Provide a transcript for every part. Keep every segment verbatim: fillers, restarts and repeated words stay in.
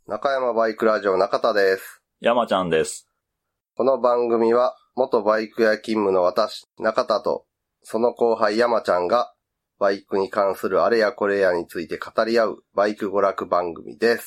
中山バイクラジオ中田です。 山ちゃんです。 この番組は元バイク屋勤務の私中田とその後輩山ちゃんがバイクに関するあれやこれやについて語り合うバイク娯楽番組です。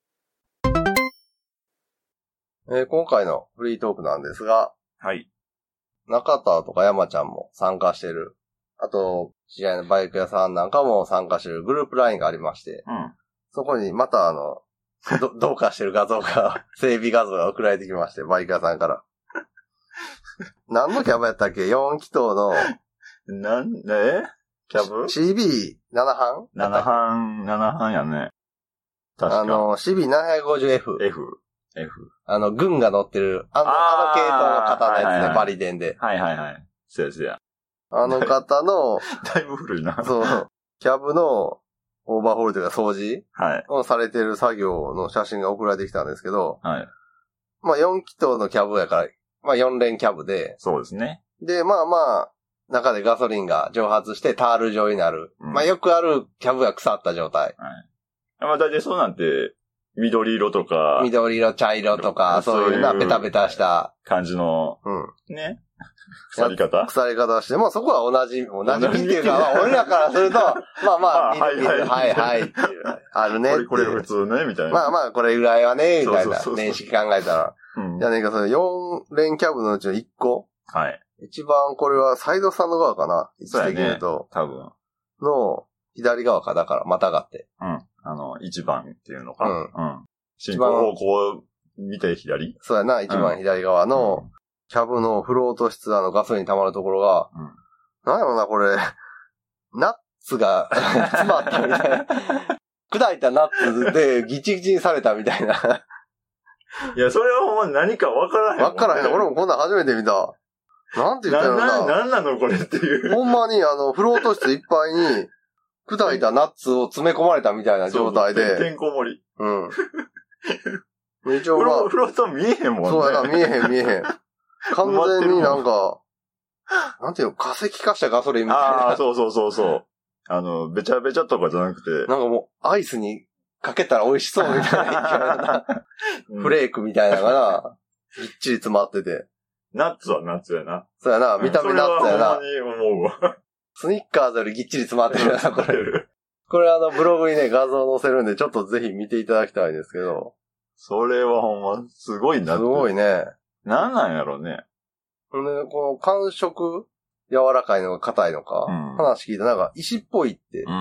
えー、今回のフリートークなんですが、 はい。 中田とか山ちゃんも参加してる、あと知り合いのバイク屋さんなんかも参加してるグループラインがありまして、 うん、 そこにまたあのど、どうかしてる画像が、整備画像が送られてきまして、バイク屋さんから。何のキャブやったっけ ?よん 気筒の。 なん、えキャブシービーなな 班 ?なな 班、なな班やね。確か。 あの、シービーななひゃくごじゅうエフ。 F。F。 あの、軍が乗ってる、あの、あの系統の方のやつね、はいはいはい、バリデンで。 はいはいはい。そうやそうや。 あの方の、 だいぶ古いな。 そう、キャブの、オーバーホールというか掃除はい。 をされてる作業の写真が送られてきたんですけど、 はい。 まあよん気筒のキャブやから、まあよん連キャブで、 そうですね。 で、まあまあ、中でガソリンが蒸発してタール状になる。うん、まあよくあるキャブが腐った状態。はい。 まあ大体そうなんて、緑色とか。 緑色、茶色とか、そういうな、ベタベタした。 感じの。うん。ね。腐り方腐り方して、まあそこは同じ、同じっていうか、まあ俺らからすると、まあまあ、はいはい、はいはいっていう、あるねっていう。 これ、これ普通ね、みたいな。 まあまあ、これぐらいはね、みたいな、年式考えたら。 うん、 じゃあね、そのよん連キャブのうちのいっこ。 はい。 一番これはサイドさんの側かな。位置的に言うと。 多分。 の、左側か、だから、またがって。 うん。あの、一番っていうのか。 うん。 うん。進行方向見て左？ そうやな、一番左側の、うん、キャブのフロート室、あのガソリン溜まるところが、うん、なんやろな、これ、ナッツが詰まったみたいな。砕いたナッツでギチギチにされたみたいな。 いや、それはほんま何か分からへん。 分からへん。俺もこんなん初めて見た。なんて言ったらな。 な、なんなのこれっていう。 ほんまに、あの、フロート室いっぱいに、砕いたナッツを詰め込まれたみたいな状態で。 てんこ盛り。 うん。一応まあ。 フロート見えへんもんね。 そうやな、見えへん見えへん。完全になんか、なんていうの、化石化したガソリンみたいな。 ああ、そうそうそうそう。あの、べちゃべちゃとかじゃなくて。 なんかもう、アイスにかけたら美味しそうみたいな。うん、フレークみたいなのがな、ぎっちり詰まってて。 ナッツはナッツやな。 そうやな、見た目ナッツやな。 うん、それはほんまに思うわ。 スニッカーズよりぎっちり詰まってるな、これ。これあの、ブログにね、画像載せるんで、ちょっとぜひ見ていただきたいんですけど。 それはほんま、すごいなって。 すごいね。 なんなんやろね。 ほんで、この感触、柔らかいのか硬いのか、うん、話聞いたらなんか石っぽいって、うん。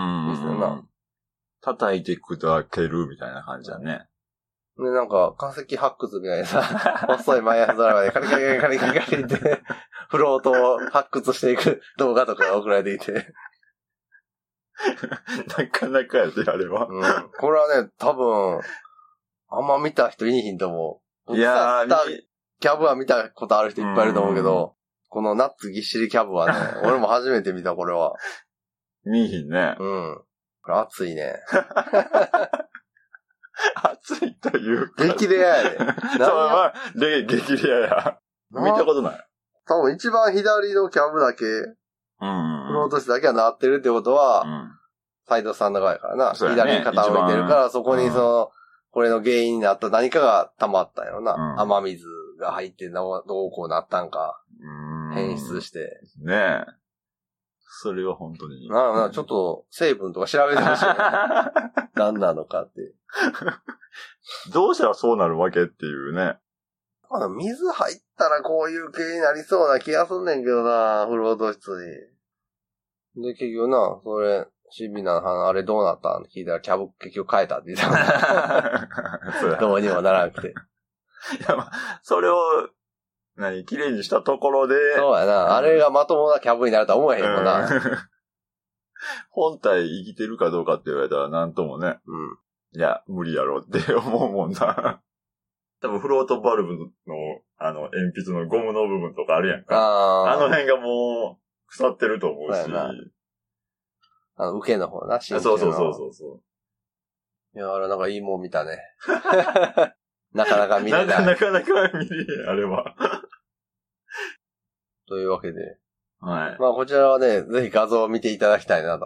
叩いて砕けるみたいな感じだね。 で、なんか、化石発掘みたいなさ、細いマイヤードラマでカリカリカリカリカリって、フロートを発掘していく動画とかが送られていて。 なかなかやで、あれは。 うん。これはね、多分、あんま見た人いいひんと思う。 いやー、 キャブは見たことある人いっぱいいると思うけど、このナッツぎっしりキャブはね、俺も初めて見た、これは。 見えひんね。 うん。これ熱いね。 熱いというか。 激レアやで。 そう、まあ、で、激レアや。見たことない。 多分一番左のキャブだけ、うん。フロート室だけはなってるってことは、うん、サイドさんの側やからな。ね、左に傾いてるから、そこにその、うん、これの原因になった何かが溜まったんやろな。うん、雨水が入ってどうこうなったんか。変質して。 ねえ。それは本当に。 なあなあ、ちょっと成分とか調べてほしい、ね。何なのかって。 どうしたらそうなるわけっていうね。 あの水入ったらこういう系になりそうな気がすんねんけどな、フロート室に。で、結局な、それ、シビナのあれどうなったんって聞いたら、キャブ結局変えたって言ってた。どうにもならなくて。いや、まあ、それを、何、綺麗にしたところで。 そうやな。あれがまともなキャブになるとは思えへんもんな。うん、 本体生きてるかどうかって言われたらなんともね。うん。いや、無理やろって思うもんな。多分フロートバルブの、あの、鉛筆のゴムの部分とかあるやんか。あ, あの辺がもう、腐ってると思うし。うあの、受けの方な、 真鍮の。そうそうそうそうそう。 いや、あれなんかいいもん見たね。なかなか見れない。 なかなかなか見れない、あれは。 というわけで。 はい。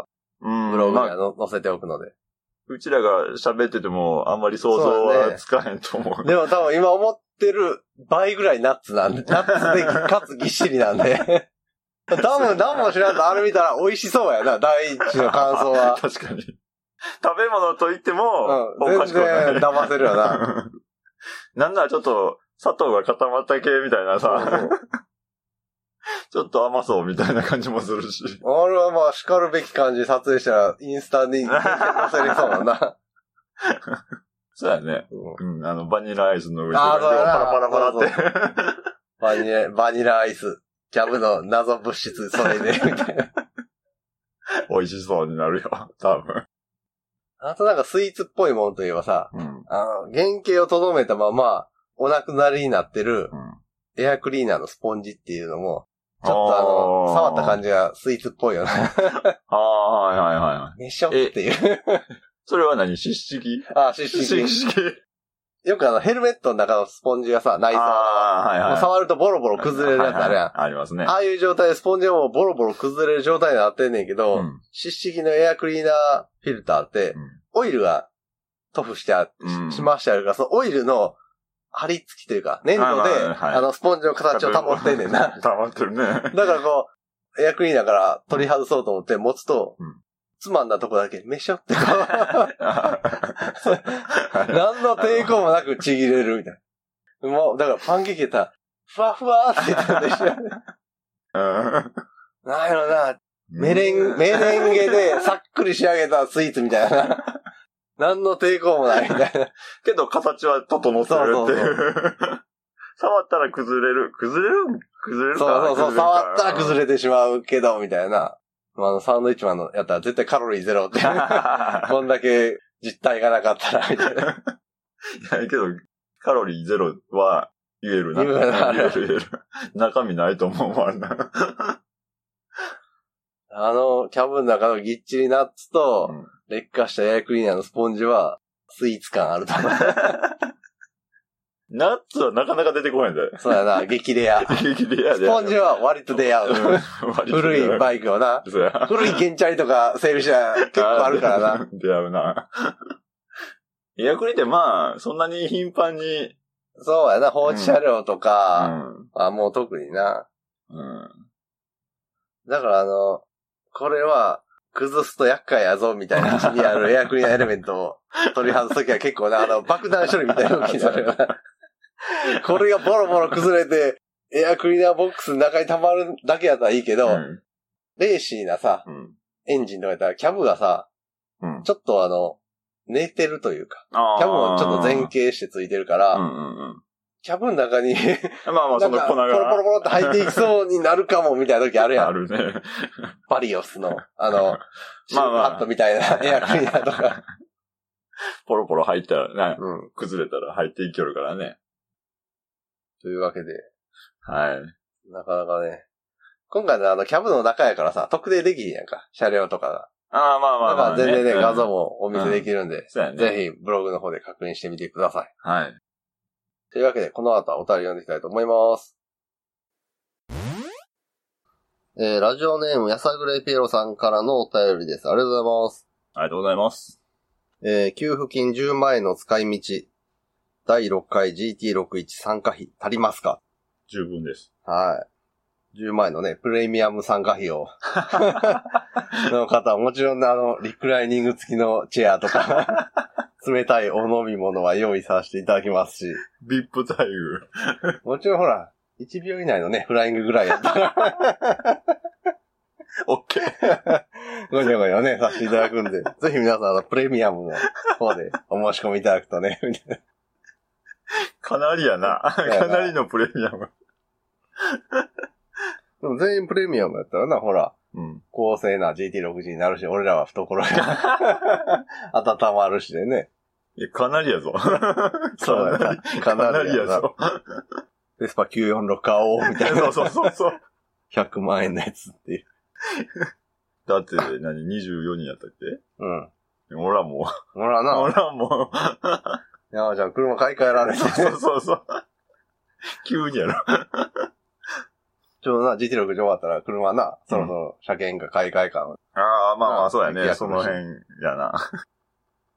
まあこちらはね、ぜひ画像を見ていただきたいなと。うん。ブログにはの載せておくので。 うちらが喋っててもあんまり想像はつかへんと思う。 うね、でも多分今思ってる倍ぐらいナッツなんで、ナッツでかつぎっしりなんで。多分何も知らんとあれ見たら美味しそうやな、第一の感想は。 確かに。食べ物と言っても、 うん、全然騙せるよな。 なんならちょっと砂糖が固まった系みたいなさ。ちょっと甘そうみたいな感じもするし。 あれはまあ、叱るべき感じ撮影したら、インスタに載せれそうだな。 そうやね。うん、あの、バニラアイスの上に、パラパラパラって。 バニラ、バニラアイス、キャブの謎物質、それで、みたいな。 美味しそうになるよ、多分。 あとなんかスイーツっぽいもんといえばさ、うん、あの、原型をとどめたまま、お亡くなりになってる、うん、エアクリーナーのスポンジっていうのも、ちょっとあの、触った感じがスイーツっぽいよな。 ああ、はいはいはい。 めしょっていう。 それは何？湿式？ ああ、湿式。 湿式。 よくあの、ヘルメットの中のスポンジがさ、内装。ああ、はいはい。触るとボロボロ崩れるやつあるやん。 はいはい、ありますね。 ああいう状態でスポンジがもうボロボロ崩れる状態になってんねんけど、うん、湿式のエアクリーナーフィルターって、うん、オイルが塗布してあ、うん、しましてあるから、そのオイルの張り付きというか、粘土で、あ, はい、あの、スポンジの形を保ってんねんな。 保ってるね。だからこう、エアクリーナーから取り外そうと思って持つと、うん、つまんだとこだけ、めしょってこう。何の抵抗もなくちぎれるみたいな。もう、だからパンケーキやったら、ふわふわって言ってるんでしょ。なんやろな、メレン、メレンゲでさっくり仕上げたスイーツみたいな。何の抵抗もないみたいな。 けど形は整ってるっていう。そうそうそう触ったら崩れる。崩れる崩れるかそうそうそう。触ったら崩れてしまうけど、みたいな。あの、サンドイッチマンのやったら絶対カロリーゼロって。こんだけ実体がなかったら、みたいな。いや、けど、カロリーゼロは言えるな。言える、言える、言える。中身ないと思うわな。 あの、キャブの中のぎっちりナッツと、うん劣化したエアクリーナーのスポンジは、スイーツ感あると思う。 ナッツはなかなか出てこないんだよ。 そうやな、激レア。 激レアで。 スポンジは割と出会う。古いバイクをな。古いゲンチャリとか整備車結構あるからな。 出会うな。エアクリってまあ、そんなに頻繁に。 そうやな、放置車両とか、うん、あもう特にな。うん、だからあの、これは、崩すと厄介やぞ、みたいな位置にあるエアクリーナーエレメントを取り外すときは結構な、あの、爆弾処理みたいな動きになるよな。これがボロボロ崩れて、エアクリーナーボックスの中に溜まるだけやったらいいけど、うん、レーシーなさ、うん、エンジンとかやったらキャブがさ、うん、ちょっとあの、寝てるというか、キャブもちょっと前傾してついてるから、うんうんうんキャブの中に、 まあまあ、その粉が。 ポロポロポロって入っていきそうになるかも、みたいな時あるやん。 あるね。 バリオスの、あの、シューパッドみたいなエアクリーナーとか。 ポロポロ入ったらね、うん、崩れたら入っていきよるからね。 というわけで。 はい。 なかなかね。今回のあの、キャブの中やからさ、特定できひんやんか。車両とかが。 ああ、まあまあまあ、 ね。だから全然ね、画像もお見せできるんで、 うんうんね、 ぜひブログの方で確認してみてください。 はい。 というわけで、この後はお便り読んでいきたいと思います。えー、ラジオネームやさぐれピエロさんからのお便りです。ありがとうございます。 ありがとうございます。 えー、給付金じゅうまんえんの使い道。だいろっかい ジーティーろくじゅういち 参加費足りますか？ 十分です。 はい。じゅうまんえんのね、プレミアム参加費を。の方はもちろんね、あの、リクライニング付きのチェアとか、冷たいお飲み物は用意させていただきますし。 ビップ 待遇。 もちろんほら、いちびょう以内のね、フライングぐらいやったら。 オッケー。ごにょごにょね、させていただくんで、ぜひ皆さん、あの、プレミアムの方でお申し込みいただくとね、みたいな。 かなりやな。かなりのプレミアム。 でも全員プレミアムやったらな、ほら。うん、高性な ジーティーろくじゅうになるし、俺らは懐が温まるしでね。 いや、かなりやぞ。 そうだね。かなりやぞ。ベスパきゅうよんろく買おう、みたいな。 そうそうそうそう。 ひゃくまんえんのやつっていう。 だって、何、にじゅうよにんやったっけ？うん。俺らもう。俺らな。 俺らもう。いや、じゃあ車買い替えられて。 そうそうそう。急にやろ。 ちょうどな、ジーティーろくじゅう終わったら車な、そろそろ車検か買い替えか。 ああ、まあまあ、そうやね。その辺やな。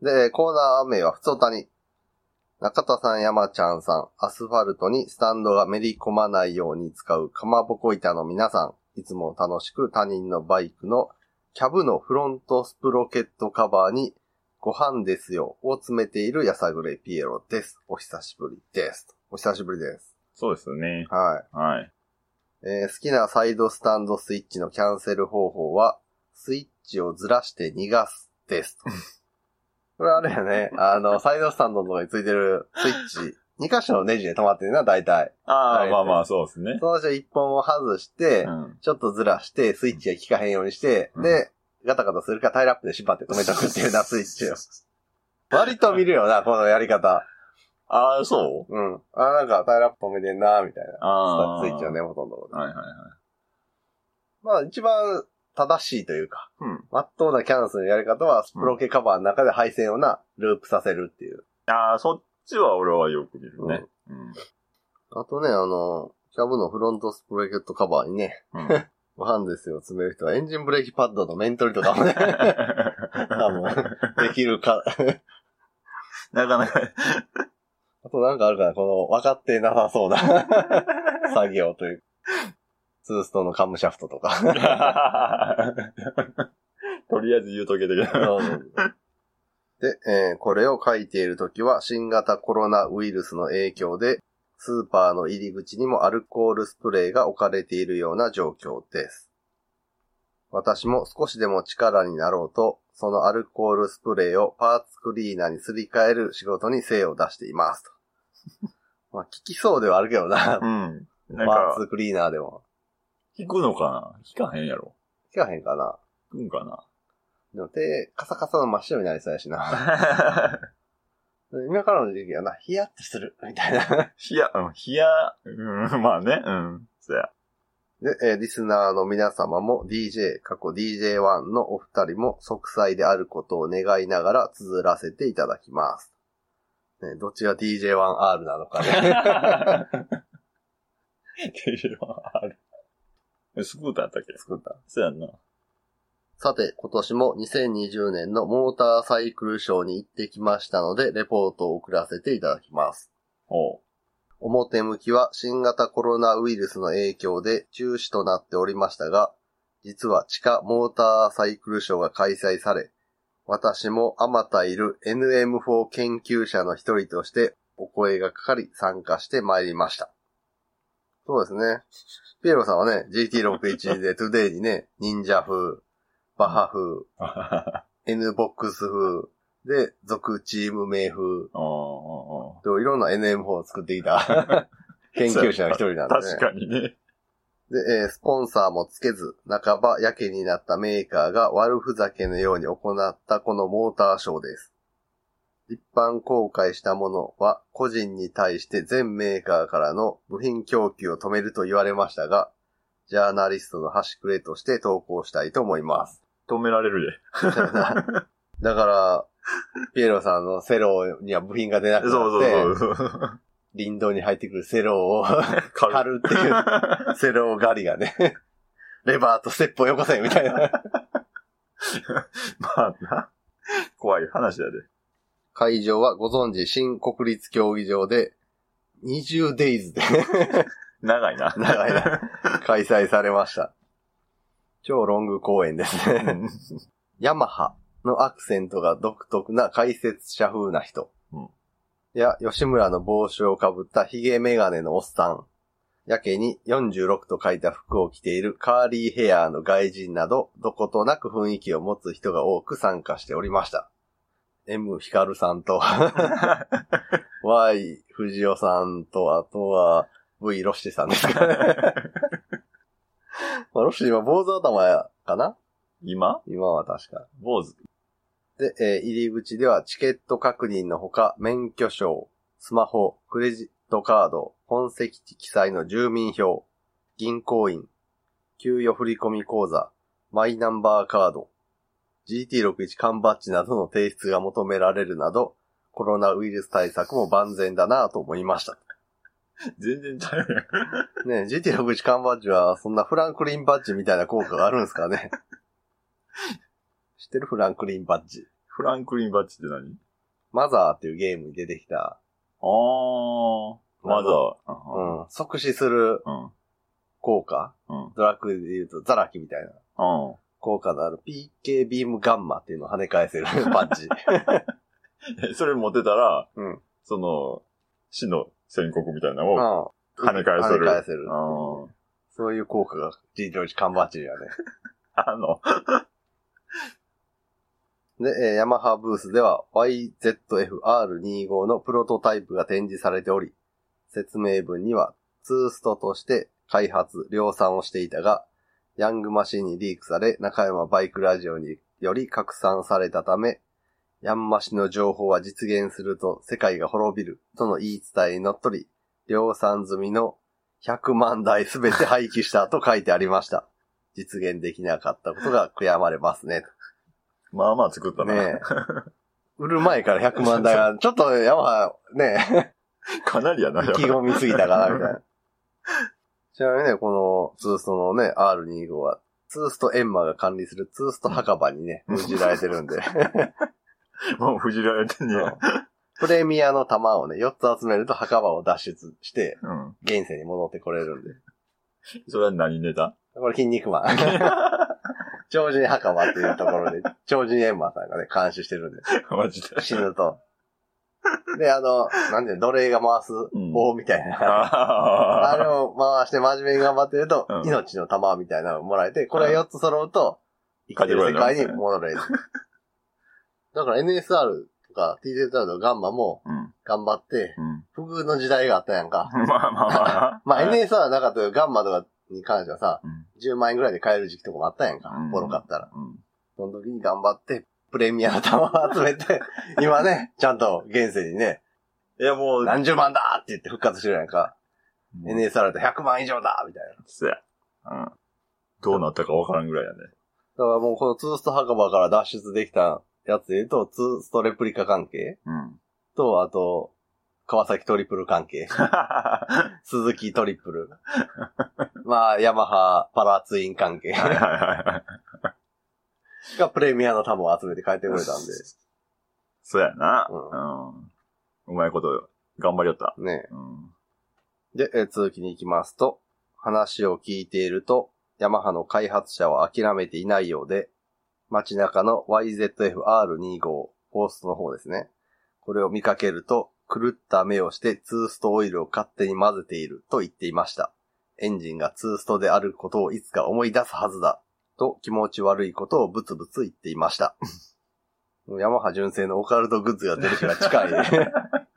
で、コーナー名はふつおたに。中田さん、山ちゃんさん、アスファルトにスタンドがめり込まないように使うかまぼこ板の皆さん、いつも楽しく他人のバイクのキャブのフロントスプロケットカバーにご飯ですよを詰めているやさぐれピエロです。お久しぶりです。お久しぶりです。 そうですよね。 はい。 はい。 えー、好きなサイドスタンドスイッチのキャンセル方法は、スイッチをずらして逃がすです。これあれやね、あの、サイドスタンドのとこについてるスイッチ、に箇所のネジで止まってるな、大体。 ああ、まあまあ、そうですね。 そのうちいっぽんを外して、うん、ちょっとずらして、スイッチが効かへんようにして、うん、で、ガタガタするかタイラップで縛って止めとくっていうな、スイッチを。割と見るよな、このやり方。 ああ、そううん。ああ、なんかタイラップ止めてんな、みたいな。あスイッチの根元のところで。 はいはいはい。 まあ、一番正しいというか、 うん。 まっとうなキャンセルのやり方は、スプロケカバーの中で配線をな、ループさせるっていう。 ああ、そっちは俺はよく見るね。 うん。うん、あとね、あの、キャブのフロントスプロケットカバーにね、うん、ご飯ですよ、詰める人はエンジンブレーキパッドの面取りとかもね、多分、できるか。 なかなか。 あとなんかあるかな、この分かってなさそうな作業という。ツーストのカムシャフトとか。 とりあえず言うとけてる。 で、えー、これを書いているときは新型コロナウイルスの影響でスーパーの入り口にもアルコールスプレーが置かれているような状況です。私も少しでも力になろうと、そのアルコールスプレーをパーツクリーナーにすり替える仕事に精を出していますと。まあ、効きそうではあるけどな。 うん。 なんかパーツクリーナーでも。 効くのかな？効かへんやろ。 効かへんかな？ 効くんかな？ でも手、カサカサの真っ白になりそうやしな。今からの時期はな、ヒヤッとする、みたいな。 ヒヤ、うん、ヒヤ、うん、まあね、うん、そや。 で、えー、リスナーの皆様も ディージェー、過去 ディージェーワン のお二人も息災であることを願いながら綴らせていただきます。ね、どっちが ディージェーワンアール なのかね。 ディージェーワンアール。スクーターだったっけ？ スクーター。 そうやんな。 さて、今年もにせんにじゅうねんのモーターサイクルショーに行ってきましたので、レポートを送らせていただきます。 おう。 表向きは新型コロナウイルスの影響で中止となっておりましたが、実は地下モーターサイクルショーが開催され、私もあまたいる エヌエムフォー 研究者の一人としてお声がかかり参加してまいりました。そうですね。ピエロさんはね、ジーティーろくじゅういち でトゥデイにね、忍者風、バハ風、N ボックス風、で、属チーム名風、といろんな エヌエムフォー を作ってきた研究者の一人なんでね。 確かにね。 で、えー、スポンサーもつけず、半ばやけになったメーカーが悪ふざけのように行ったこのモーターショーです。一般公開したものは個人に対して全メーカーからの部品供給を止めると言われましたが、ジャーナリストの端くれとして投稿したいと思います。 止められるで。 だから、ピエロさんのセロには部品が出なくなって、そうそうそうそう林道に入ってくるセロを狩るっていう、セロ狩りがね、レバーとステップをよこせみたいな。 まあな、怖い話だで。 会場はご存知新国立競技場でにじゅうデイズで長いな。 長いな。開催されました。超ロング公演ですね。ヤマハのアクセントが独特な解説者風な人。うん、や、吉村の帽子をかぶったヒゲメガネのおっさん。やけによんじゅうろくと書いた服を着ているカーリーヘアーの外人など、どことなく雰囲気を持つ人が多く参加しておりました。M ヒカルさんと、Y 藤尾さんと、あとは V ロシテさんですかね。まあ、ロシテ今坊主頭やかな？ 今？ 今は確か。 坊主。 で、えー、入り口ではチケット確認のほか、免許証、スマホ、クレジットカード、本籍地記載の住民票、銀行員、給与振込口座、マイナンバーカード、ジーティーろくじゅういち 缶バッジなどの提出が求められるなど、コロナウイルス対策も万全だなぁと思いました。 全然ちゃうやん。ねえ、ジーティーろくじゅういち 缶バッジはそんなフランクリンバッジみたいな効果があるんですかね。知ってるフランクリンバッジ。 フランクリンバッジって何？ マザーっていうゲームに出てきた。 あー。マザー。うん。即死する効果。うん。ドラクエで言うとザラキみたいな。うん。効果のある ピーケー ビームガンマっていうのを跳ね返せるバッジ。 それ持ってたら、うん。その、死の宣告みたいなのを跳ね返せる。跳ね返せる。 そういう効果がジージョージ缶バッジやね。 あの。 で、えー、ヤマハブースでは ワイゼットエフアールにじゅうご のプロトタイプが展示されており、説明文にはツーストとして開発、量産をしていたが、ヤングマシンにリークされ、中山バイクラジオにより拡散されたため、ヤンマシの情報は実現すると世界が滅びるとの言い伝えにのっとり、量産済みのひゃくまんだいすべて廃棄したと書いてありました。実現できなかったことが悔やまれますね。 まあまあ作ったね。ね売る前からひゃくまんだいは、ちょっとヤマハね、 かなりやな。 意気込みすぎたかな、みたいな。ちなみにね、このツーストのね、アールにじゅうご は、ツーストエンマが管理するツースト墓場にね、封じられてるんで。 もう封じられてんねや。 プレミアの玉をね、よっつ集めると墓場を脱出して、うん、現世に戻ってこれるんで。 それは何ネタ？ これ筋肉マン。超人墓場っていうところで、超人エンマさんがね、監視してるんで。 マジで。 死ぬと。で、あの、なんていうの、奴隷が回す棒みたいな。うん、あ, あれを回して真面目に頑張ってると、うん、命の玉みたいなのをもらえて、これがよっつ揃うと、生きてる世界に戻れる。だから エヌエスアール とか ティーゼットアール とガンマも頑張って、うん、不遇の時代があったやんか。まあまあまあ。まあ エヌエスアール なかったけど、ガンマとかに関してはさ、うん、じゅうまんえんぐらいで買える時期とかもあったやんか。うん、ボロかったら。うん、その時に頑張って、プレミアの玉を集めて、今ね、ちゃんと現世にね、 いやもう、 何十万だって言って復活してるやんか。エヌエスアール だとひゃくまん以上だみたいな。 そうや。うん。どうなったかわからんぐらいやね。だからもうこのツースト墓場から脱出できたやつで言うと、ツーストレプリカ関係、うん、と、あと、川崎トリプル関係。鈴木トリプル。まあ、ヤマハパラツイン関係。がプレミアの玉を集めて帰ってくれたんで。 そうやな。うん。うん、うまいこと頑張りよった。ねえ。うん、 で、え続きに行きますと、話を聞いていると、ヤマハの開発者は諦めていないようで、街中の ワイゼットエフアールにじゅうご、ゴーストの方ですね。これを見かけると、狂った目をしてツーストオイルを勝手に混ぜていると言っていました。エンジンがツーストであることをいつか思い出すはずだ。と気持ち悪いことをブツブツ言っていました。ヤマハ純正のオカルトグッズが出る日が近い、ね。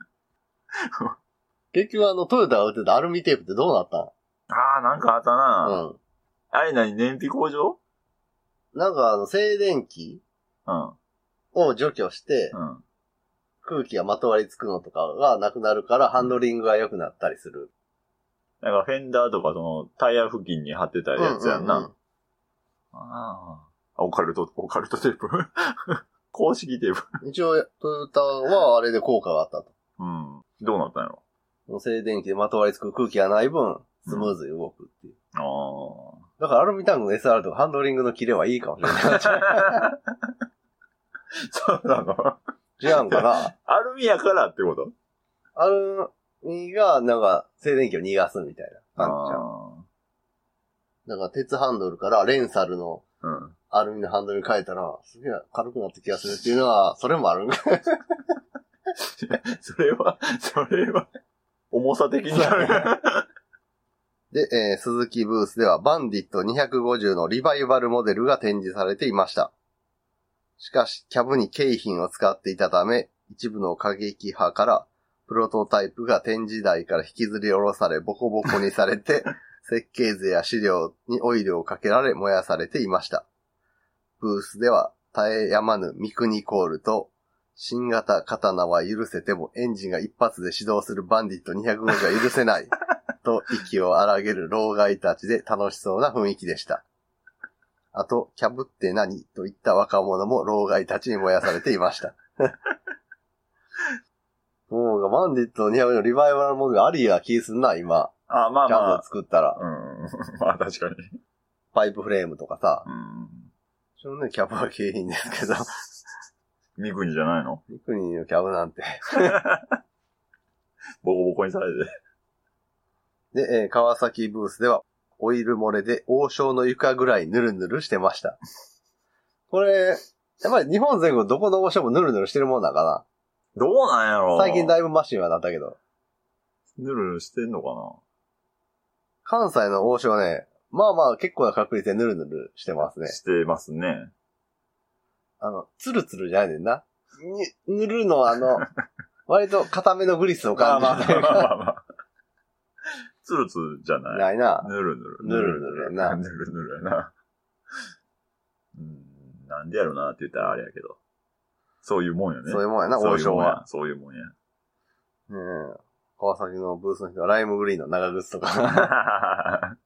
結局あのトヨタが売ってたアルミテープってどうなったん？ ああ、なんかあったな。うん。あれ何？燃費工場？ なんかあの静電気、うん、を除去して、うん、空気がまとわりつくのとかがなくなるからハンドリングが良くなったりする。 なんかフェンダーとかそのタイヤ付近に貼ってたやつやんな。うんうんうん、ああ。オカルト、オカルトテープ公式テープ一応、トヨタはあれで効果があったと。 うん。どうなったんやろ？ 静電気でまとわりつく空気がない分、スムーズに動くっていう。うん、ああ。だからアルミタンクの エスアール とかハンドリングのキレはいいかもしれない。 そうなの？ 違うんかな？ アルミやからってこと？ アルミがなんか静電気を逃がすみたいな感じちゃう。だから鉄ハンドルからレンサルのアルミのハンドルに変えたら、すげえ軽くなった気がするっていうのは、それもあるんか。 それは、それは、重さ的にある。 で、えー、鈴木ブースではバンディットにひゃくごじゅうのリバイバルモデルが展示されていました。しかし、キャブに景品を使っていたため、一部の過激派からプロトタイプが展示台から引きずり下ろされボコボコにされて、設計図や資料にオイルをかけられ燃やされていました。ブースでは絶えやまぬミクニコールと新型刀は許せてもエンジンが一発で始動するバンディットにひゃくごじゅうが許せないと息を荒げる老害たちで楽しそうな雰囲気でした。あと、キャブって何といった若者も老害たちに燃やされていました。もうバンディットにひゃくごじゅうのリバイバルモデルありや気すんな、今。ああ、まあまあ。キャブ作ったら。 うん。まあ確かに。 パイプフレームとかさ。うん。そのね、キャブは景品ですけど。 三国じゃないの？ 三国のキャブなんて。 ボコボコにされて。で、えー、川崎ブースでは、オイル漏れで王将の床ぐらいヌルヌルしてました。これ、やっぱり日本全国どこの王将もヌルヌルしてるもんだから。 どうなんやろ？ 最近だいぶマシンはなったけど。 ヌルヌルしてんのかな？ 関西の王将ね、まあまあ結構な確率でヌルヌルしてますね。 してますね。あの、ツルツルじゃないねんな。塗るのはあの、割と固めのグリスを感じてるから。まあまあまあまあ。 ツルツルじゃない。 ないな。 ぬるぬる。 ぬるぬるやな。 ぬるぬるやな。うん、なんでやろなって言ったらあれやけど。そういうもんやね。 そういうもんやな、王将は。 そういうもんや。 ねえ。川崎のブースの人はライムグリーンの長靴とか。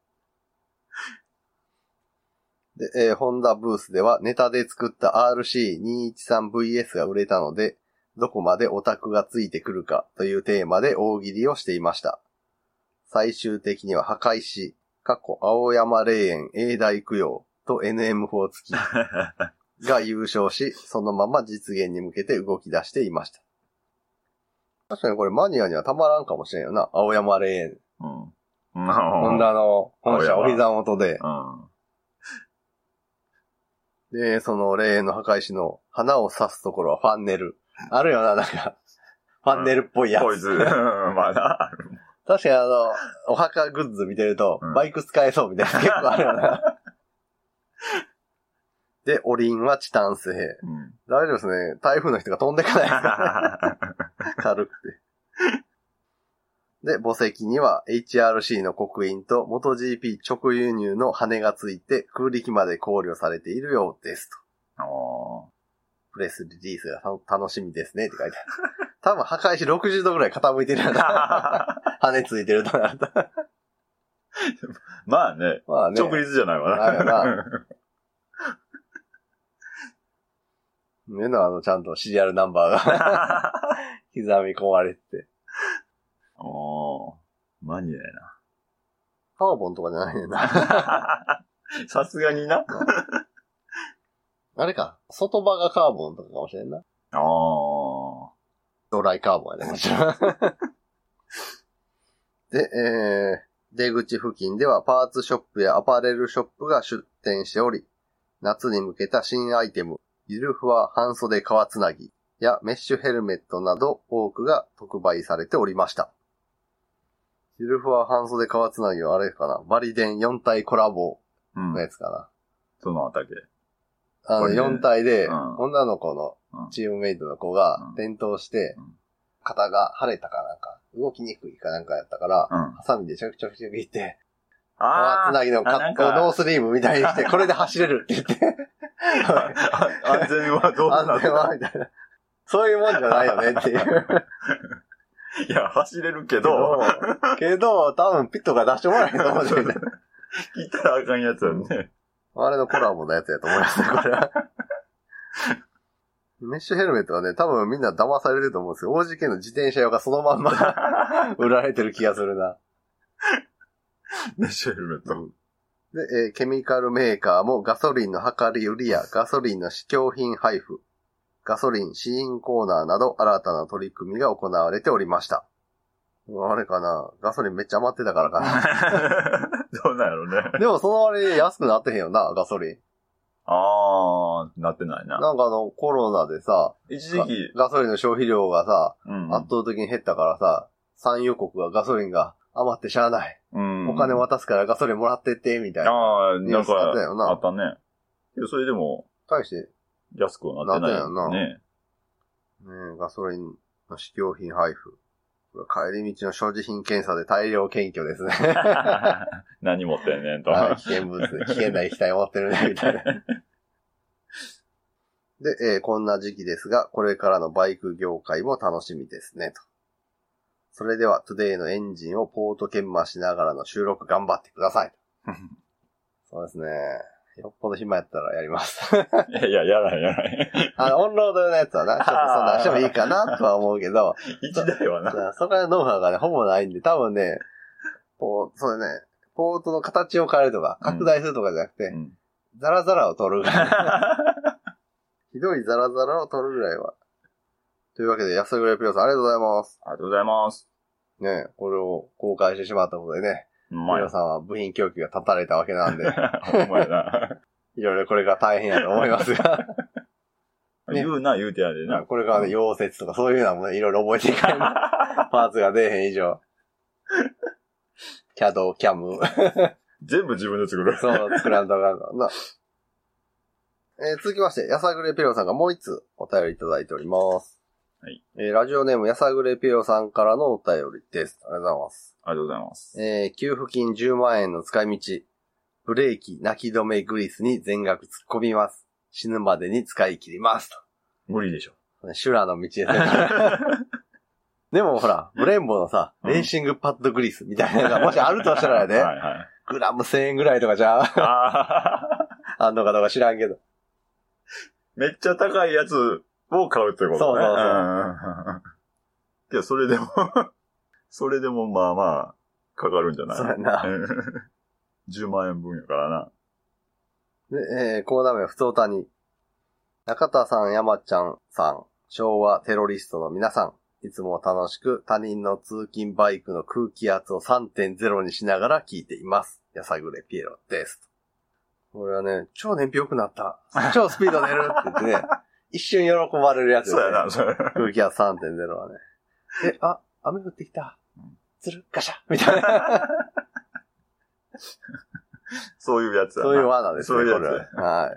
で、えー、ホンダブースではネタで作った アールシーにひゃくじゅうさんブイエス が売れたので、どこまでオタクがついてくるかというテーマで大喜利をしていました。最終的には破壊し、過去青山霊園永大供養と エヌエムフォー 付きが優勝し、そのまま実現に向けて動き出していました。確かにこれマニアにはたまらんかもしれんよな。青山霊園。うん。ホンダの本社お膝元で。うんで、その霊園の破壊師の花を刺すところはファンネル。あるよな、なんか、ファンネルっぽいやつ。 ポイズ。まあな。 確かにあの、お墓グッズ見てると、バイク使えそうみたいな、うん、結構あるよな。で、おりんはチタンス兵。うん、大丈夫ですね。台風の人が飛んでかないですからね。軽くて。で、墓石には エイチアールシー の刻印と モトジーピー 直輸入の羽がついて空力まで考慮されているようですと。プレスリリースが楽しみですねって書いてある。多分破壊しろくじゅうどぐらい傾いてるよな。羽ついてるとなると。 まあね。まあね。直立じゃないわな。ないよな。 目のあのちゃんとシリアルナンバーが刻み込まれて。 おー、マニアやな。 カーボンとかじゃないねんな。 さすがにな。 あれか、外場がカーボンとかかもしれんな。ああ。ドライカーボンやね、もちろん。で、えー、出口付近ではパーツショップやアパレルショップが出店しており、夏に向けた新アイテム、ゆるふわ半袖革つなぎやメッシュヘルメットなど多くが特売されておりました。ゆるふわ半袖革つなぎはあれかな、バリデンよん体コラボのやつかな。うん、 そのあたりで。 あの、よん体で、うん、女の子のチームメイトの子が転倒して、うん、肩が腫れたかなんか、動きにくいかなんかやったから、うん、ハサミでちょきちょきちょきって、革つなぎのカットノースリーブみたいにして、これで走れるって言って。 安全はどうなんだ安全はみたいな。そういうもんじゃないよねっていう。 いや、走れるけど。 けど、多分ピットが出してもらえへんと思うんだよね。 聞いたらあかんやつやね。 あれのコラボのやつやと思いますね、これは。メッシュヘルメットはね、多分みんな騙されてると思うんですよ。オージーケー の自転車用がそのまんま売られてる気がするな。 メッシュヘルメット。 で、えー、ケミカルメーカーもガソリンの量り売りやガソリンの試供品配布、ガソリン試飲コーナーなど新たな取り組みが行われておりました。あれかな、ガソリンめっちゃ余ってたからかな。 どうなんやろね。 でもその割に安くなってへんよな、ガソリン。 あー、なってないな。 なんかあの、コロナでさ、 一時期ガ、ガソリンの消費量がさ、うんうん、圧倒的に減ったからさ、産油国がガソリンが余ってしゃあない。うん、お金渡すからガソリンもらってって、みたいな。 あー、なんかあったよな。あったね。けどそれでも、 対して、 安くはなってないよな。ねえ。ねえ、ガソリンの試供品配布。帰り道の所持品検査で大量検挙ですね。 何持ってんねんと。 危険物、危険な液体持ってるね、みたいな。で、えー、こんな時期ですが、これからのバイク業界も楽しみですね、と。それでは、トゥデイのエンジンをポート研磨しながらの収録頑張ってください。そうですね。よっぽど暇やったらやります。 いやいや、やらへんやらへん。 あの、オンロードのやつはな、ちょっとそんなしてもいいかなとは思うけど。 一台はな。 そこらノウハウがね、ほぼないんで、多分ね、ポー、そうね、ポートの形を変えるとか、拡大するとかじゃなくて、うん、ザラザラを取る。 ひどいザラザラを取るぐらいは。というわけで、安倉ピロさんありがとうございます。 ありがとうございます。 ねえ、これを公開してしまったことでね。皆さんは部品供給が断たれたわけなんで。 ほんまやな。 いろいろこれが大変やと思いますが。 ね、言うな、言うてやでな。 これからね、溶接とかそういうのもね、いろいろ覚えていかない。パーツが出えへん以上。キャド、キャム。 全部自分で作る。 そう、作らんとあかんからな。えー、続きまして、やさぐれピロさんがもう一つお便りいただいております。 はい。 えー、ラジオネームやさぐれピロさんからのお便りです。ありがとうございます。 ありがとうございます。 えー、給付金じゅうまん円の使い道。ブレーキ、泣き止めグリスに全額突っ込みます。死ぬまでに使い切りますと。 無理でしょ。 修羅の道ですね。でもほら、ブレンボのさ、レーシングパッドグリスみたいなのがもしあるとしたらね、はいはい、グラムせんえんぐらいとかじゃあ、あんのかどうか知らんけど。 めっちゃ高いやつを買うってことね。そうそうそう。いや、それでも、それでもまあまあ、かかるんじゃない？ そうやな。 じゅうまん円分やからな。 で、えー、コーナー名はふつおたに。中田さん、山ちゃんさん、昭和テロリストの皆さん、いつも楽しく他人の通勤バイクの空気圧を さんてんゼロ にしながら聞いています。やさぐれピエロです。これはね、超燃費良くなった。超スピード出るって言ってね、一瞬喜ばれるやつよね。そうやな、それ。空気圧 さんてんゼロ はね。で、あ、雨降ってきた。つる、ガシャみたいな。 そういうやつだな。 そういう罠ですね、そういうやつ。はい。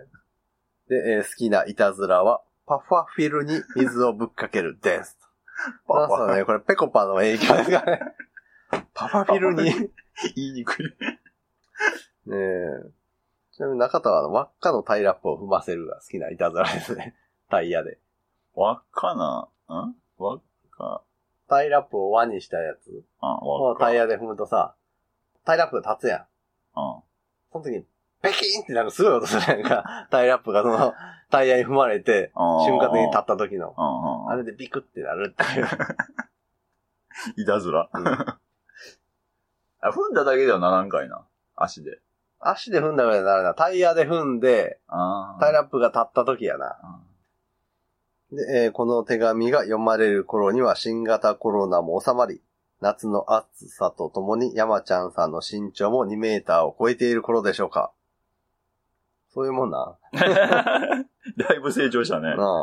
で、えー、好きないたずらは、パファフィルに水をぶっかけるです。パファね、これペコパの影響ですかね。パファフィルに言いにくい。ねえ。ちなみに中田はあの輪っかのタイラップを踏ませるが好きないたずらですね。タイヤで。 輪っかな？ん輪っか。 タイラップを輪にしたやつ。 あ、輪っか。タイヤで踏むとさ、タイラップが立つやん。 うん。 その時に、ペキーンってなんかすごい音するやんか。タイラップがその、タイヤに踏まれて、瞬間的に立った時の。あれでビクってなるっていう。 いたずら。うん、あ、踏んだだけではならんかいな。足で。 足で踏んだだけではならない。タイヤで踏んで、タイラップが立った時やな。で、えー、この手紙が読まれる頃には新型コロナも収まり、夏の暑さとともに山ちゃんさんの身長もにメーターを超えている頃でしょうか。そういうもんな。 だいぶ成長したね。なあ、うん、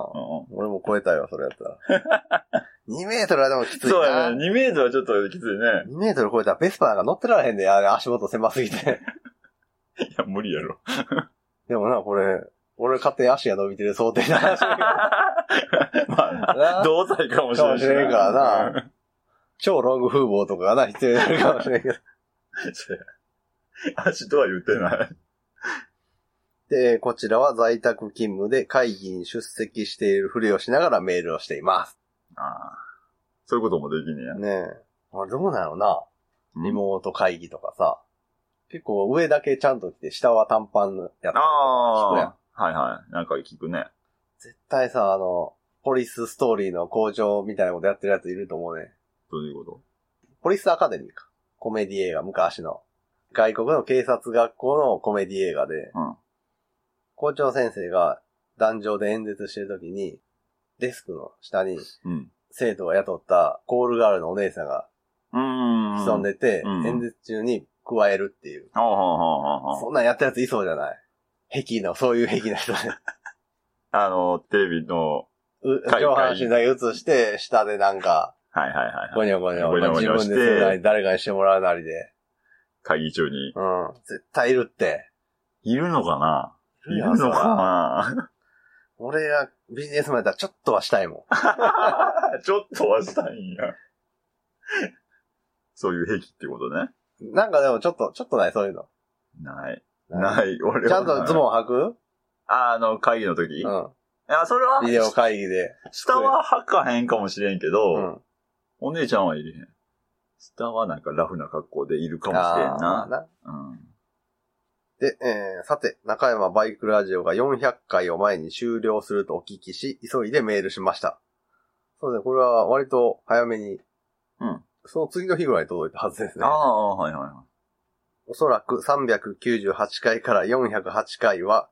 俺も超えたよ、それやったら。にメートルはでもきついな。 そうやね。にメートルはちょっときついね。 にメートル超えたらベスパーなんか乗ってられへんで、あれ足元狭すぎて。 いや、無理やろ。 でもな、これ、俺勝手に足が伸びてる想定な話だけど。まあ、同罪かもしれない。 かもしれんからな。超ロング風貌とかがな、必要になるかもしれんけど。 足とは言ってない。 で、こちらは在宅勤務で会議に出席しているふりをしながらメールをしています。 ああ。そういうこともできんねや。 ねえ。あれどうなのな、リモート会議とかさ。結構上だけちゃんと着て下は短パンのやつ。ああ。聞くやん。はいはい。なんか聞くね。 絶対さ、あの、ポリスストーリーの校長みたいなことやってるやついると思うね。 どういうこと？ ポリスアカデミーか。コメディ映画、昔の。外国の警察学校のコメディ映画で、うん、校長先生が壇上で演説してるときに、デスクの下に、生徒が雇ったコールガールのお姉さんが、潜んでて、うんうん、演説中に加えるっていう。そんなんやったやついそうじゃない？壁の、そういう壁の人で。 あの、テレビの、 上半身だけ映して、下でなんか、 はいはいはい。 ゴニョゴニョ。ゴニョゴニョ自分でするなり、誰かにしてもらうなりで。 会議中に。 うん。絶対いるって。 いるのかないるのかな俺がビジネスマンやったらちょっとはしたいもん。ちょっとはしたいんや。そういう癖ってことね。 なんかでもちょっと、ちょっとない、そういうの。 ない。ない、俺は。 ちゃんとズボン履く？ あ、あの、会議の時？ うん。 いや、それは。 ビデオ会議で。 下は履かへんかもしれんけど、うん、お姉ちゃんはいれへん。下はなんかラフな格好でいるかもしれんな。なうん、 で、えー、さて、中山バイクラジオがよんひゃっかいを前に終了するとお聞きし、急いでメールしました。そうですね、これは割と早めに、うん。その次の日ぐらいに届いたはずですね。 ああ、はいはいはい。 おそらくさんびゃくきゅうじゅうはちかいからよんひゃくはちかいは、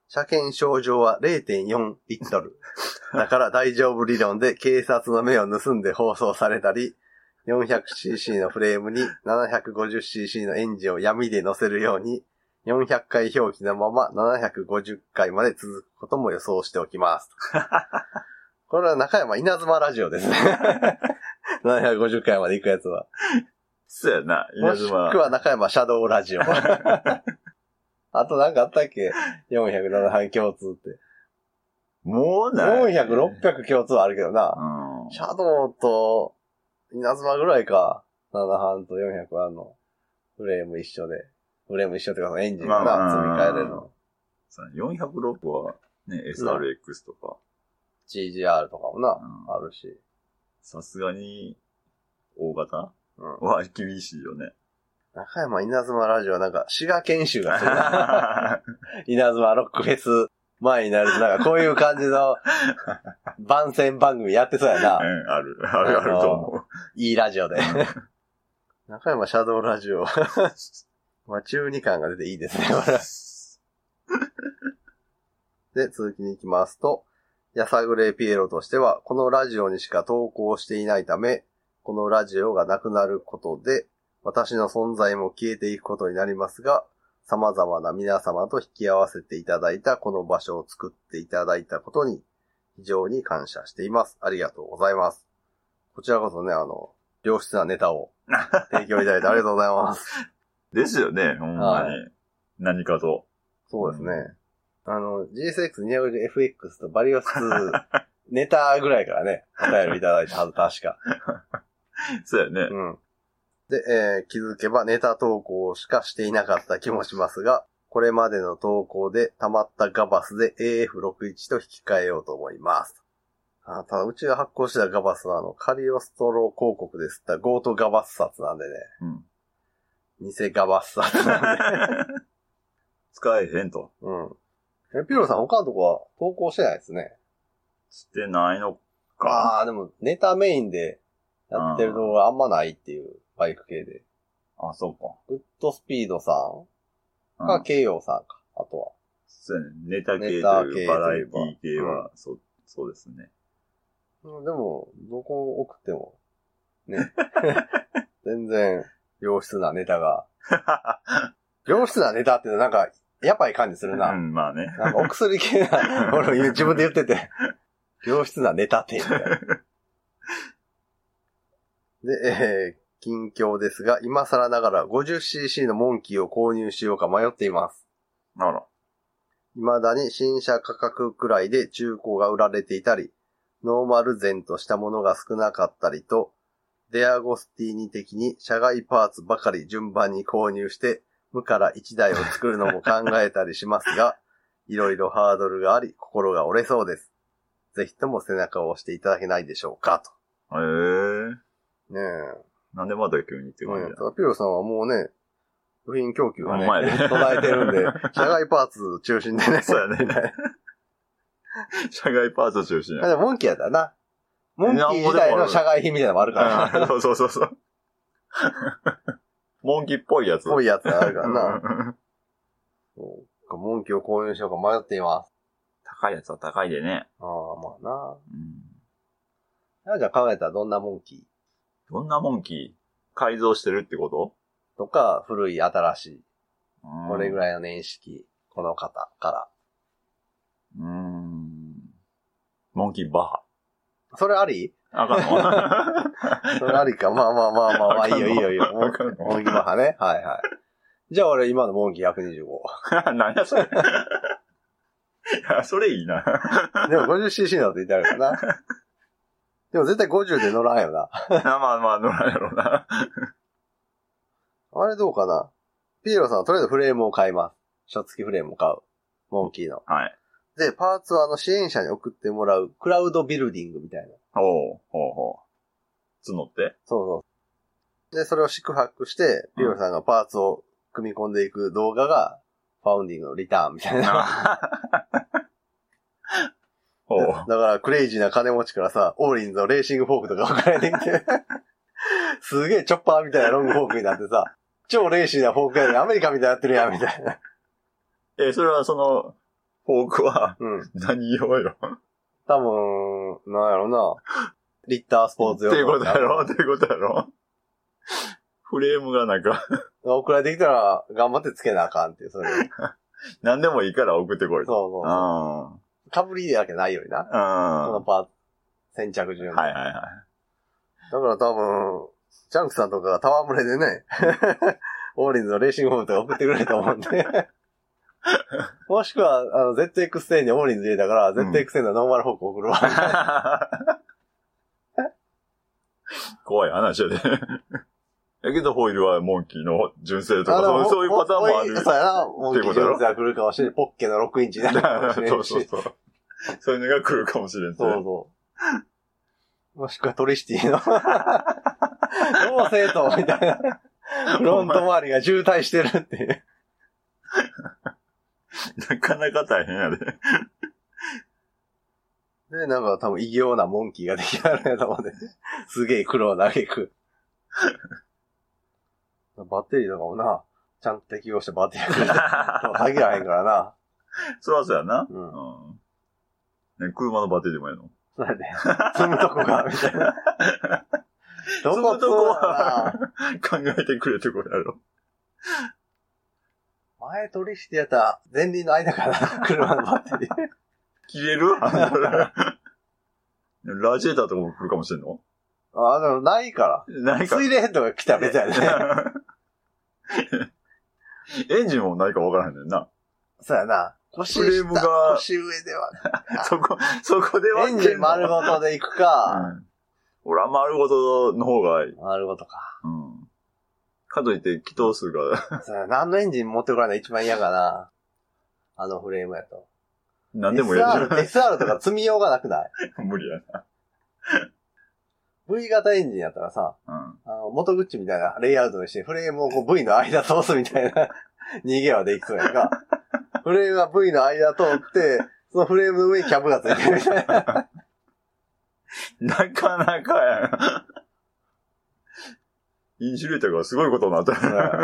車検証上は れいてんよん リットル。だから大丈夫理論で警察の目を盗んで放送されたり、よんひゃくシーシー のフレームに ななひゃくごじゅっシーシー のエンジンを闇で乗せるように、よんひゃっかい表記のままななひゃくごじゅっかいまで続くことも予想しておきます。これは中山稲妻ラジオですね。ななひゃくごじゅっかいまで行くやつは。 そうやな、 稲妻。もしくは中山シャドウラジオ。あとなんかあったっけ ?よんひゃくなな 班共通って。 もうない。 よんひゃく、ろっぴゃく共通はあるけどな。うん、シャドウと稲妻ぐらいか。なな班とよんひゃく班のフレーム一緒で。フレーム一緒っていうかエンジンがな、まあ、積み替えれるの。 よんひゃくろくはね、エスアールエックス とか。 ジージーアール とかもな、うん、あるし。 さすがに、大型、うん、は厳しいよね。 中山稲妻ラジオはなんか、滋賀研修がするな。稲妻ロックフェス前になると、なんかこういう感じの番宣番組やってそうやな。 うん、ある、あるあると思う。 いいラジオで。中山シャドウラジオ。まあ、中二感が出ていいですね、これ。で、続きに行きますと、やさぐれピエロとしては、このラジオにしか投稿していないため、このラジオがなくなることで、私の存在も消えていくことになりますが、様々な皆様と引き合わせていただいたこの場所を作っていただいたことに、非常に感謝しています。ありがとうございます。こちらこそね、あの、良質なネタを提供いただいてありがとうございます。 ですよね、ほんまに。はい、何かと。 そうですね。うん、あの、ジーエスエックスにひゃくごじゅうエフエックス とバリオスツーネタぐらいからね、お便りいただいたはず、確か。 そうやね。 うん。で、えー、気づけばネタ投稿しかしていなかった気もしますが、これまでの投稿で溜まったガバスで エーエフろくじゅういち と引き換えようと思います。あただ、うちが発行したガバスは、あの、カリオストロ広告で吸ったゴートガバス札なんでね。うん。偽ガバス札なんで。 使えへんと。 うん。え、ピロさん他のとこは投稿してないですね。 してないのか。 ああ、でもネタメインでやってる動画あんまないっていうバイク系で。 あ、そうか。 グッドスピードさんか、ケイヨウさんか、あとは。 そうやね。ネタ系というバラエティ系は、うん、そう、そうですね。 でも、どこ送っても、ね。全然、良質なネタが。良質なネタってなんか、やばい感じするな。 うん、まあね。 なんかお薬系な、俺自分で言ってて、良質なネタって言うみたいな。で、えー、近況ですが、今更ながら ごじゅっシーシー のモンキーを購入しようか迷っています。 あら。 未だに新車価格くらいで中古が売られていたり、ノーマル前としたものが少なかったりと、デアゴスティーニ的に車外パーツばかり順番に購入して、無からいちだいを作るのも考えたりしますが、いろいろハードルがあり、心が折れそうです。ぜひとも背中を押していただけないでしょうか、と。 へえー。 ねえ。 なんでまだ急にって感じだ。 ねえ、ピロさんはもうね、部品供給がね、途絶えてるんで、車外パーツ中心でね。 そうやね。車外パーツ中心や。 でもモンキーやったらな。モンキー自体の車外品みたいなのもあるから。 そうそうそうそう。モンキーっぽいやつ。 ぽいやつがあるからな。そうか、モンキーを購入しようか迷っています。 高いやつは高いでね。 ああ、まあな。うん。じゃあ考えたらどんなモンキー？ どんなモンキー？改造してるってこと？ とか、古い、新しい。これぐらいの年式、この方から。 うーん。モンキーバハ。 それあり？ あかんのそれありか。まあまあまあまあまあ、いいよいいよいいよ。モンキーバハね。はいはい。じゃあ俺今のモンキーひゃくにじゅうご。 何やそれ。それいいな。 でも ごじゅっシーシー だと言ってあるからな。でも絶対ごじゅうで乗らんよな。 まあまあ乗らんやろな。 あれどうかな。ピエロさんはとりあえずフレームを買います。ショ付きフレームを買う。モンキーの。 はい。 で、パーツはあの支援者に送ってもらうクラウドビルディングみたいな。 ほう、ほうほう。募って？ そうそう。で、それを四苦八苦して、ピエロさんがパーツを組み込んでいく動画が、ファウンディングのリターンみたいな。 ほう。 だからクレイジーな金持ちからさ、オーリンズのレーシングフォークとか送られてきて、すげえチョッパーみたいなロングフォークになってさ、超レーシーなフォークやでアメリカみたいになってるやん、みたいな。 え、それはその、 フォークは、うん、何用よ。 多分、なんやろな。リッタースポーツ用。 っていうことやろっていうことやろフレームがなんか送られてきたら、頑張ってつけなあかんっていう、それ。 何でもいいから送ってこい。 そうそうそう。かぶりだけないようにな。このパーツ、先着順。 はいはいはい。だから多分、ジャンクさんとかが戯れでね、オーリンズのレーシングホームとか送ってくれると思うんで。もしくは、あの、ゼットエックステン にオーリンズ入れたから、ゼットエックステン のノーマルフォーク送るわ。 怖い話やで。やけどホイールはモンキーの純正とか、そう、そういうパターンもある。 そうやな、モンキー純正が来るかもしれん。ポッケのろくインチになるかもしれんし。そうそうそう。 そういうのが来るかもしれん。 そうそう。もしくはトリシティの、どう生徒みたいな。フロント周りが渋滞してるっていう。 なかなか大変やで。 で、なんか多分異形なモンキーが出来上がるやと思うんで。すげえ苦労なげく。バッテリーとかもな、ちゃんと適合してバッテリーが限らへんからな。 そらそうやな。うん。うん、ね、車のバッテリーでもやるの？ そうやね。積むとこが、みたいな。 どこ積むとこは考えてくれてこれやろ。 前取りしてやった前輪の間かな、車のバッテリー。 切れるラジエーターとかも来るかもしれんの？ ああ、でもないから。ないから。水冷ヘッドが来たみたいなね。 エンジンもないか分からへんねんな。 そうやな。腰下、 フレームが腰上では。 そこ、そこでは。 エンジン丸ごとで行くか。 うん、俺は丸ごとの方がいい。 丸ごとか。 うん。かといって気筒数が。 そうや、何のエンジン持ってこらないの一番嫌かな。あのフレームやと。 何でもやる。 エスアール、エスアール とか積みようがなくない？ 無理やな。 V 型エンジンやったらさ、うん、あの元口みたいなレイアウトにしてフレームをこう V の間通すみたいな逃げはできそうやんか。フレームが V の間通って、そのフレームの上にキャブがついてるみたいな。 なかなかやな。インシュレーターがすごいことになった。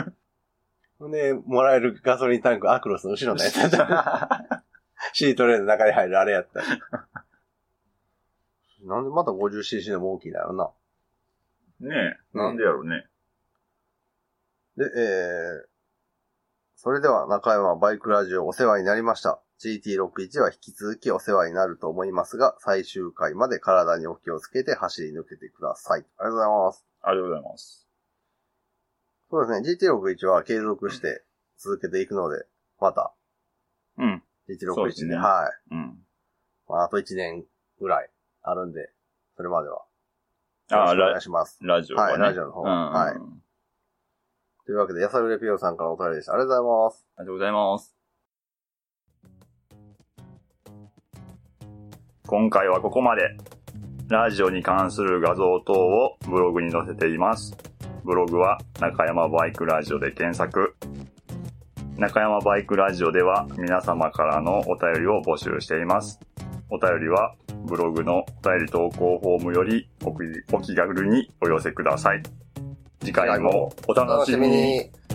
ほんで、もらえるガソリンタンクアクロスの後ろのやつやった。シートレーンの中に入るあれやった。なんでまた ごじゅっシーシー のモンキーだよな。 ねえ、なんでやろうね。 で、えー、それでは中山バイクラジオお世話になりました。ジーティーろくじゅういち は引き続きお世話になると思いますが、最終回まで体にお気をつけて走り抜けてください。ありがとうございます。 ありがとうございます。 そうですね、ジーティーろくじゅういち は継続して続けていくので、また。 うん。 ジーティーろくじゅういち で、 ね、 はい。 うん。 まあ、あといちねんぐらいあるんで、それまでは。 ああ、 お願いします。 ラジオ、ね。 はい、ラジオの方。うん、はい。というわけで、やさぐれピヨさんからお便りでした。ありがとうございます。 ありがとうございます。今回はここまで。ラジオに関する画像等をブログに載せています。ブログは中山バイクラジオで検索。中山バイクラジオでは皆様からのお便りを募集しています。お便りはブログのお便り投稿フォームよりお気軽にお寄せください。次回もお楽しみに。